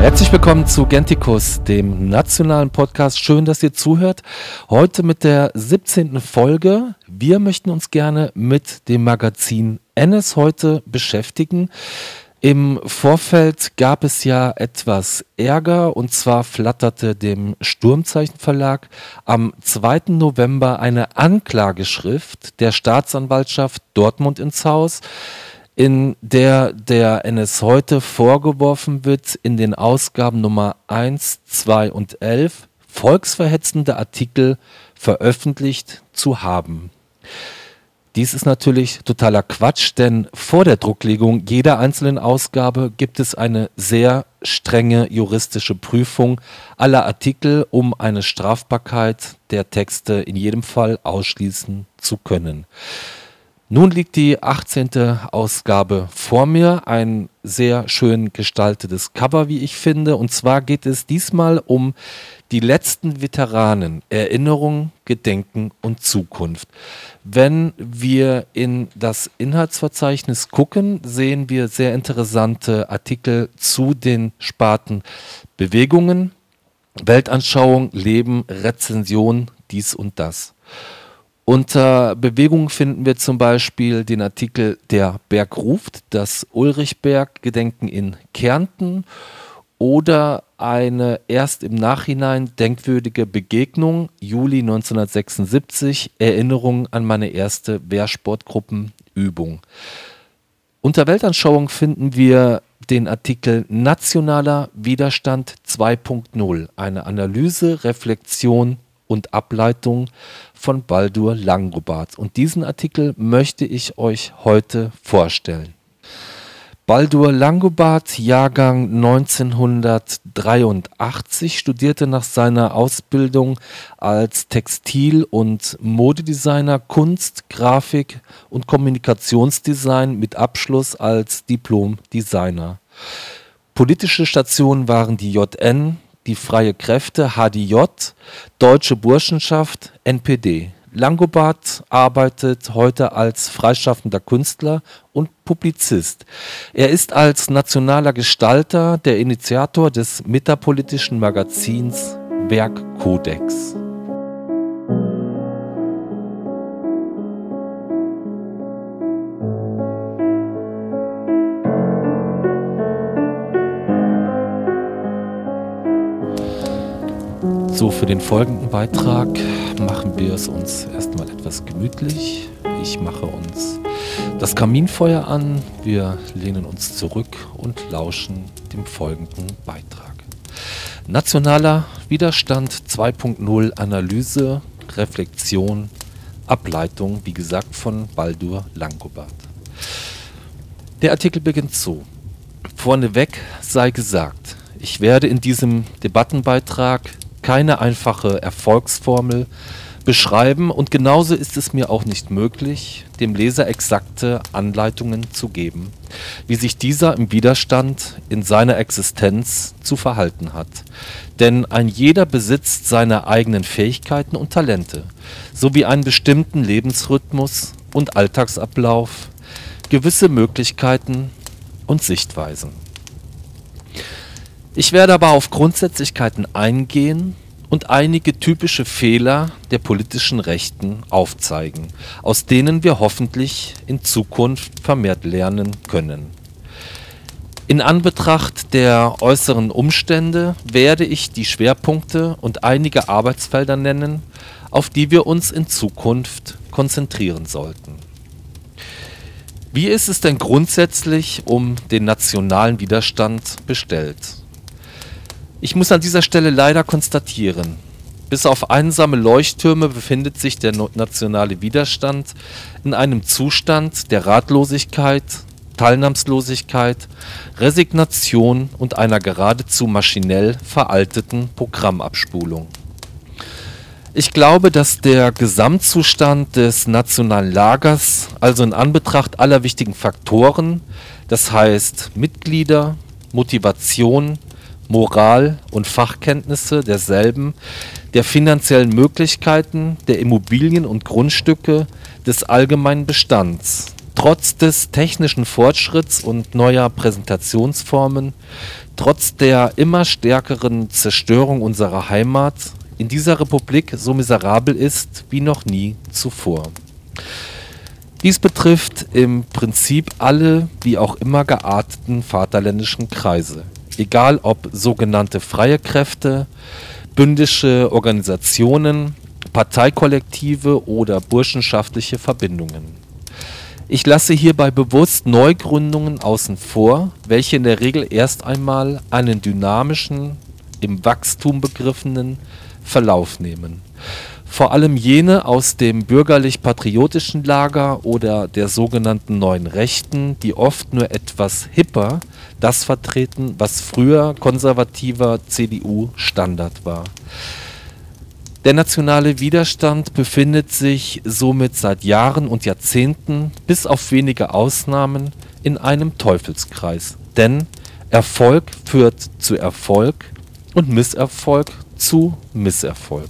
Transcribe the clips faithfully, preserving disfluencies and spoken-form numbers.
Herzlich willkommen zu Genticus, dem nationalen Podcast. Schön, dass ihr zuhört. Heute mit der siebzehnten Folge. Wir möchten uns gerne mit dem Magazin N S heute beschäftigen. Im Vorfeld gab es ja etwas Ärger, und zwar flatterte dem Sturmzeichen Verlag am zweiten November eine Anklageschrift der Staatsanwaltschaft Dortmund ins Haus, in der der N S heute vorgeworfen wird, in den Ausgaben Nummer eins, zwei und elf volksverhetzende Artikel veröffentlicht zu haben. Dies ist natürlich totaler Quatsch, denn vor der Drucklegung jeder einzelnen Ausgabe gibt es eine sehr strenge juristische Prüfung aller Artikel, um eine Strafbarkeit der Texte in jedem Fall ausschließen zu können. Nun liegt die achtzehnte Ausgabe vor mir, ein sehr schön gestaltetes Cover, wie ich finde. Und zwar geht es diesmal um die letzten Veteranen, Erinnerung, Gedenken und Zukunft. Wenn wir in das Inhaltsverzeichnis gucken, sehen wir sehr interessante Artikel zu den Sparten Bewegungen, Weltanschauung, Leben, Rezension, dies und das. Unter Bewegung finden wir zum Beispiel den Artikel Der Berg ruft, das Ulrichberg-Gedenken in Kärnten oder eine erst im Nachhinein denkwürdige Begegnung, Juli neunzehnhundertsechsundsiebzig, Erinnerung an meine erste Wehrsportgruppenübung. Unter Weltanschauung finden wir den Artikel Nationaler Widerstand zwei Punkt null, eine Analyse, Reflexion und Ableitung von Baldur Langobardt. Und diesen Artikel möchte ich euch heute vorstellen. Baldur Langobardt, Jahrgang neunzehnhundertdreiundachtzig, studierte nach seiner Ausbildung als Textil- und Modedesigner Kunst, Grafik und Kommunikationsdesign mit Abschluss als Diplom-Designer. Politische Stationen waren die J N, die Freie Kräfte, H D J, Deutsche Burschenschaft, N P D. Langobardt arbeitet heute als freischaffender Künstler und Publizist. Er ist als nationaler Gestalter der Initiator des metapolitischen Magazins Werkkodex. So, für den folgenden Beitrag machen wir es uns erstmal etwas gemütlich. Ich mache uns das Kaminfeuer an, wir lehnen uns zurück und lauschen dem folgenden Beitrag. Nationaler Widerstand zwei Punkt null, Analyse, Reflexion, Ableitung, wie gesagt, von Baldur Langobardt. Der Artikel beginnt so. Vorneweg sei gesagt, ich werde in diesem Debattenbeitrag keine einfache Erfolgsformel beschreiben und genauso ist es mir auch nicht möglich, dem Leser exakte Anleitungen zu geben, wie sich dieser im Widerstand in seiner Existenz zu verhalten hat. Denn ein jeder besitzt seine eigenen Fähigkeiten und Talente, sowie einen bestimmten Lebensrhythmus und Alltagsablauf, gewisse Möglichkeiten und Sichtweisen. Ich werde aber auf Grundsätzlichkeiten eingehen und einige typische Fehler der politischen Rechten aufzeigen, aus denen wir hoffentlich in Zukunft vermehrt lernen können. In Anbetracht der äußeren Umstände werde ich die Schwerpunkte und einige Arbeitsfelder nennen, auf die wir uns in Zukunft konzentrieren sollten. Wie ist es denn grundsätzlich um den nationalen Widerstand bestellt? Ich muss an dieser Stelle leider konstatieren, bis auf einsame Leuchttürme befindet sich der nationale Widerstand in einem Zustand der Ratlosigkeit, Teilnahmslosigkeit, Resignation und einer geradezu maschinell veralteten Programmabspulung. Ich glaube, dass der Gesamtzustand des nationalen Lagers, also in Anbetracht aller wichtigen Faktoren, das heißt Mitglieder, Motivation, Moral und Fachkenntnisse derselben, der finanziellen Möglichkeiten, der Immobilien und Grundstücke, des allgemeinen Bestands, trotz des technischen Fortschritts und neuer Präsentationsformen, trotz der immer stärkeren Zerstörung unserer Heimat in dieser Republik so miserabel ist wie noch nie zuvor. Dies betrifft im Prinzip alle wie auch immer gearteten vaterländischen Kreise, egal ob sogenannte freie Kräfte, bündische Organisationen, Parteikollektive oder burschenschaftliche Verbindungen. Ich lasse hierbei bewusst Neugründungen außen vor, welche in der Regel erst einmal einen dynamischen, im Wachstum begriffenen Verlauf nehmen. Vor allem jene aus dem bürgerlich-patriotischen Lager oder der sogenannten Neuen Rechten, die oft nur etwas hipper das vertreten, was früher konservativer C D U-Standard war. Der nationale Widerstand befindet sich somit seit Jahren und Jahrzehnten, bis auf wenige Ausnahmen, in einem Teufelskreis. Denn Erfolg führt zu Erfolg und Misserfolg zu Misserfolg.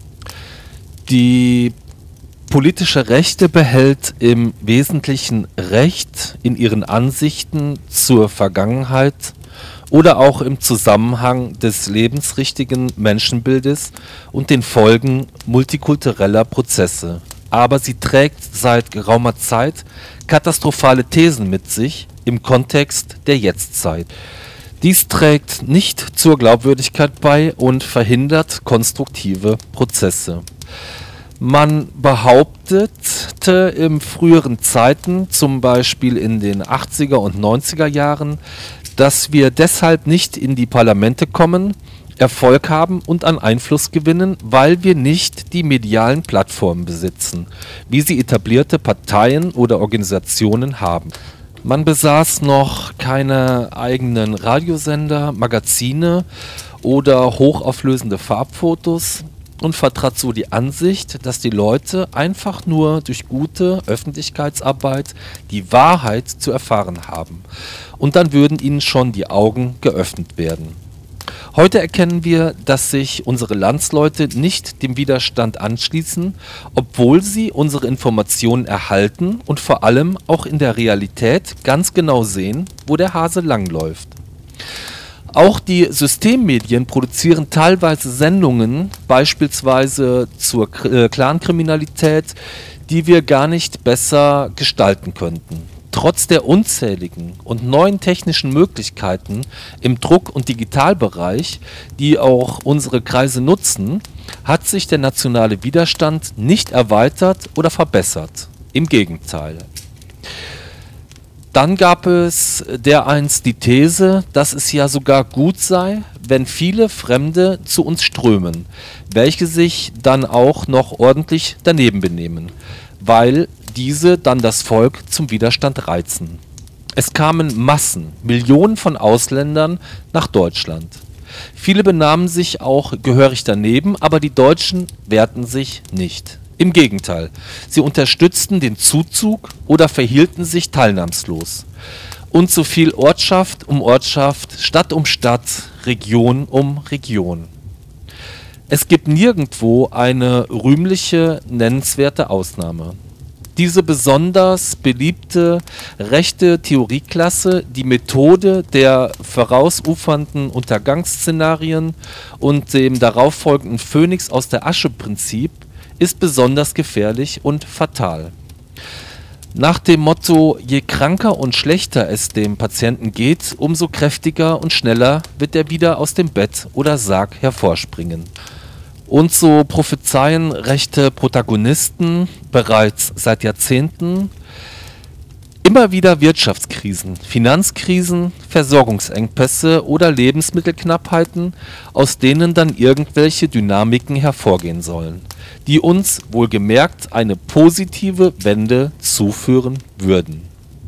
Die politische Rechte behält im Wesentlichen Recht in ihren Ansichten zur Vergangenheit oder auch im Zusammenhang des lebensrichtigen Menschenbildes und den Folgen multikultureller Prozesse. Aber sie trägt seit geraumer Zeit katastrophale Thesen mit sich im Kontext der Jetztzeit. Dies trägt nicht zur Glaubwürdigkeit bei und verhindert konstruktive Prozesse. Man behauptete in früheren Zeiten, zum Beispiel in den achtziger und neunziger Jahren, dass wir deshalb nicht in die Parlamente kommen, Erfolg haben und an Einfluss gewinnen, weil wir nicht die medialen Plattformen besitzen, wie sie etablierte Parteien oder Organisationen haben. Man besaß noch keine eigenen Radiosender, Magazine oder hochauflösende Farbfotos und vertrat so die Ansicht, dass die Leute einfach nur durch gute Öffentlichkeitsarbeit die Wahrheit zu erfahren haben. Und dann würden ihnen schon die Augen geöffnet werden. Heute erkennen wir, dass sich unsere Landsleute nicht dem Widerstand anschließen, obwohl sie unsere Informationen erhalten und vor allem auch in der Realität ganz genau sehen, wo der Hase langläuft. Auch die Systemmedien produzieren teilweise Sendungen, beispielsweise zur äh, Clankriminalität, die wir gar nicht besser gestalten könnten. Trotz der unzähligen und neuen technischen Möglichkeiten im Druck- und Digitalbereich, die auch unsere Kreise nutzen, hat sich der nationale Widerstand nicht erweitert oder verbessert. Im Gegenteil. Dann gab es dereinst die These, dass es ja sogar gut sei, wenn viele Fremde zu uns strömen, welche sich dann auch noch ordentlich daneben benehmen, weil diese dann das Volk zum Widerstand reizen. Es kamen Massen, Millionen von Ausländern nach Deutschland. Viele benahmen sich auch gehörig daneben, aber die Deutschen wehrten sich nicht. Im Gegenteil, sie unterstützten den Zuzug oder verhielten sich teilnahmslos. Und so fiel Ortschaft um Ortschaft, Stadt um Stadt, Region um Region. Es gibt nirgendwo eine rühmliche, nennenswerte Ausnahme. Diese besonders beliebte rechte Theorieklasse, die Methode der vorausufernden Untergangsszenarien und dem darauffolgenden Phönix aus der Asche-Prinzip, ist besonders gefährlich und fatal. Nach dem Motto, je kranker und schlechter es dem Patienten geht, umso kräftiger und schneller wird er wieder aus dem Bett oder Sarg hervorspringen. Und so prophezeien rechte Protagonisten bereits seit Jahrzehnten immer wieder Wirtschaftskrisen, Finanzkrisen, Versorgungsengpässe oder Lebensmittelknappheiten, aus denen dann irgendwelche Dynamiken hervorgehen sollen, die uns wohlgemerkt eine positive Wende zuführen würden.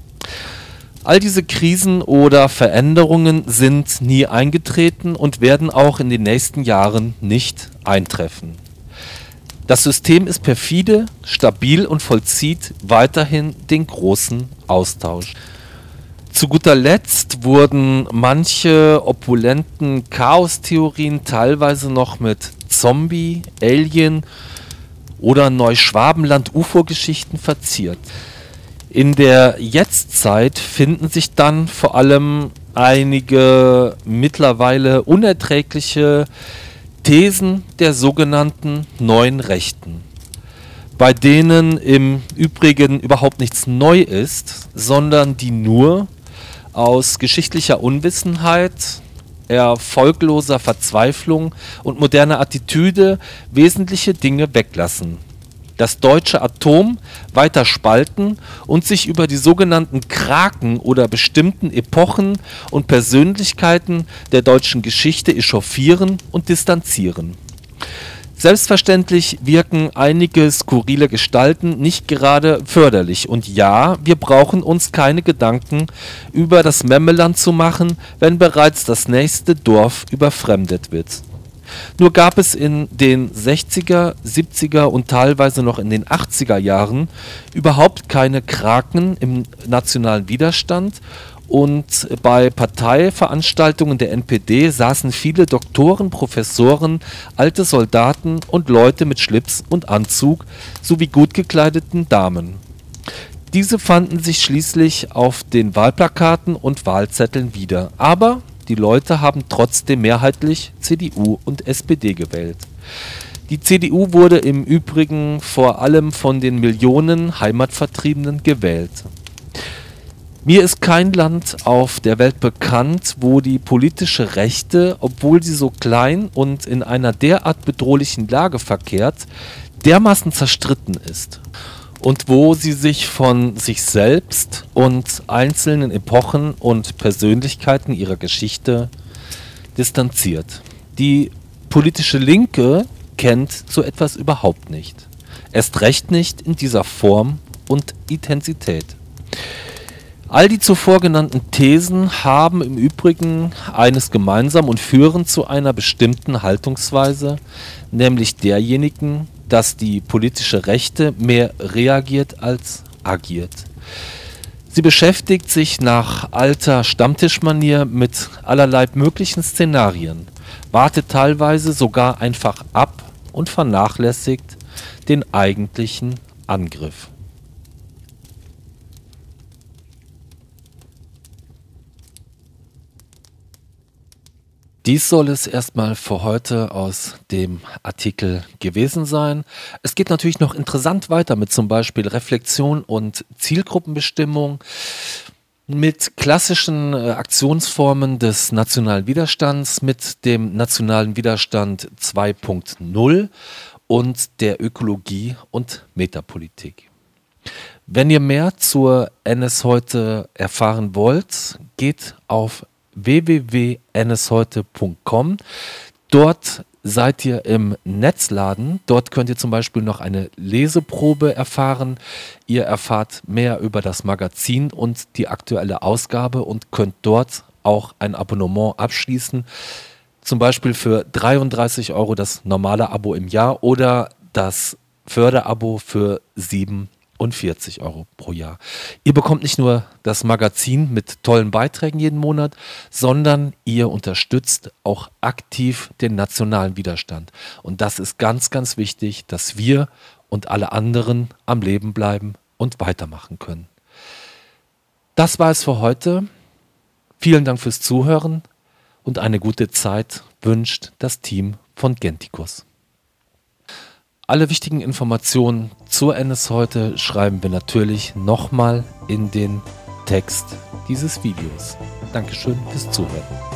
All diese Krisen oder Veränderungen sind nie eingetreten und werden auch in den nächsten Jahren nicht eintreffen. Das System ist perfide, stabil und vollzieht weiterhin den großen Austausch. Zu guter Letzt wurden manche opulenten Chaostheorien teilweise noch mit Zombie, Alien oder Neuschwabenland-U F O-Geschichten verziert. In der Jetztzeit finden sich dann vor allem einige mittlerweile unerträgliche Thesen der sogenannten neuen Rechten, bei denen im Übrigen überhaupt nichts neu ist, sondern die nur aus geschichtlicher Unwissenheit, erfolgloser Verzweiflung und moderner Attitüde wesentliche Dinge weglassen. Das deutsche Atom weiter spalten und sich über die sogenannten Kraken oder bestimmten Epochen und Persönlichkeiten der deutschen Geschichte echauffieren und distanzieren. Selbstverständlich wirken einige skurrile Gestalten nicht gerade förderlich und ja, wir brauchen uns keine Gedanken über das Memmeland zu machen, wenn bereits das nächste Dorf überfremdet wird. Nur gab es in den sechziger, siebziger und teilweise noch in den achtziger Jahren überhaupt keine Kraken im nationalen Widerstand und bei Parteiveranstaltungen der N P D saßen viele Doktoren, Professoren, alte Soldaten und Leute mit Schlips und Anzug sowie gut gekleideten Damen. Diese fanden sich schließlich auf den Wahlplakaten und Wahlzetteln wieder, aber die Leute haben trotzdem mehrheitlich C D U und S P D gewählt. Die C D U wurde im Übrigen vor allem von den Millionen Heimatvertriebenen gewählt. Mir ist kein Land auf der Welt bekannt, wo die politische Rechte, obwohl sie so klein und in einer derart bedrohlichen Lage verkehrt, dermaßen zerstritten ist. Und wo sie sich von sich selbst und einzelnen Epochen und Persönlichkeiten ihrer Geschichte distanziert. Die politische Linke kennt so etwas überhaupt nicht. Erst recht nicht in dieser Form und Intensität. All die zuvor genannten Thesen haben im Übrigen eines gemeinsam und führen zu einer bestimmten Haltungsweise, nämlich derjenigen, dass die politische Rechte mehr reagiert als agiert. Sie beschäftigt sich nach alter Stammtischmanier mit allerlei möglichen Szenarien, wartet teilweise sogar einfach ab und vernachlässigt den eigentlichen Angriff. Dies soll es erstmal für heute aus dem Artikel gewesen sein. Es geht natürlich noch interessant weiter mit zum Beispiel Reflexion und Zielgruppenbestimmung, mit klassischen äh, Aktionsformen des nationalen Widerstands, mit dem nationalen Widerstand zwei Punkt null und der Ökologie und Metapolitik. Wenn ihr mehr zur N S heute erfahren wollt, geht auf w w w punkt n s heute punkt com. Dort seid ihr im Netzladen. Dort könnt ihr zum Beispiel noch eine Leseprobe erfahren. Ihr erfahrt mehr über das Magazin und die aktuelle Ausgabe und könnt dort auch ein Abonnement abschließen. Zum Beispiel für dreiunddreißig Euro das normale Abo im Jahr oder das Förderabo für siebenundvierzig Euro pro Jahr. Ihr bekommt nicht nur das Magazin mit tollen Beiträgen jeden Monat, sondern ihr unterstützt auch aktiv den nationalen Widerstand. Und das ist ganz, ganz wichtig, dass wir und alle anderen am Leben bleiben und weitermachen können. Das war es für heute. Vielen Dank fürs Zuhören und eine gute Zeit wünscht das Team von Genticus. Alle wichtigen Informationen zur N S heute schreiben wir natürlich nochmal in den Text dieses Videos. Dankeschön fürs Zuhören.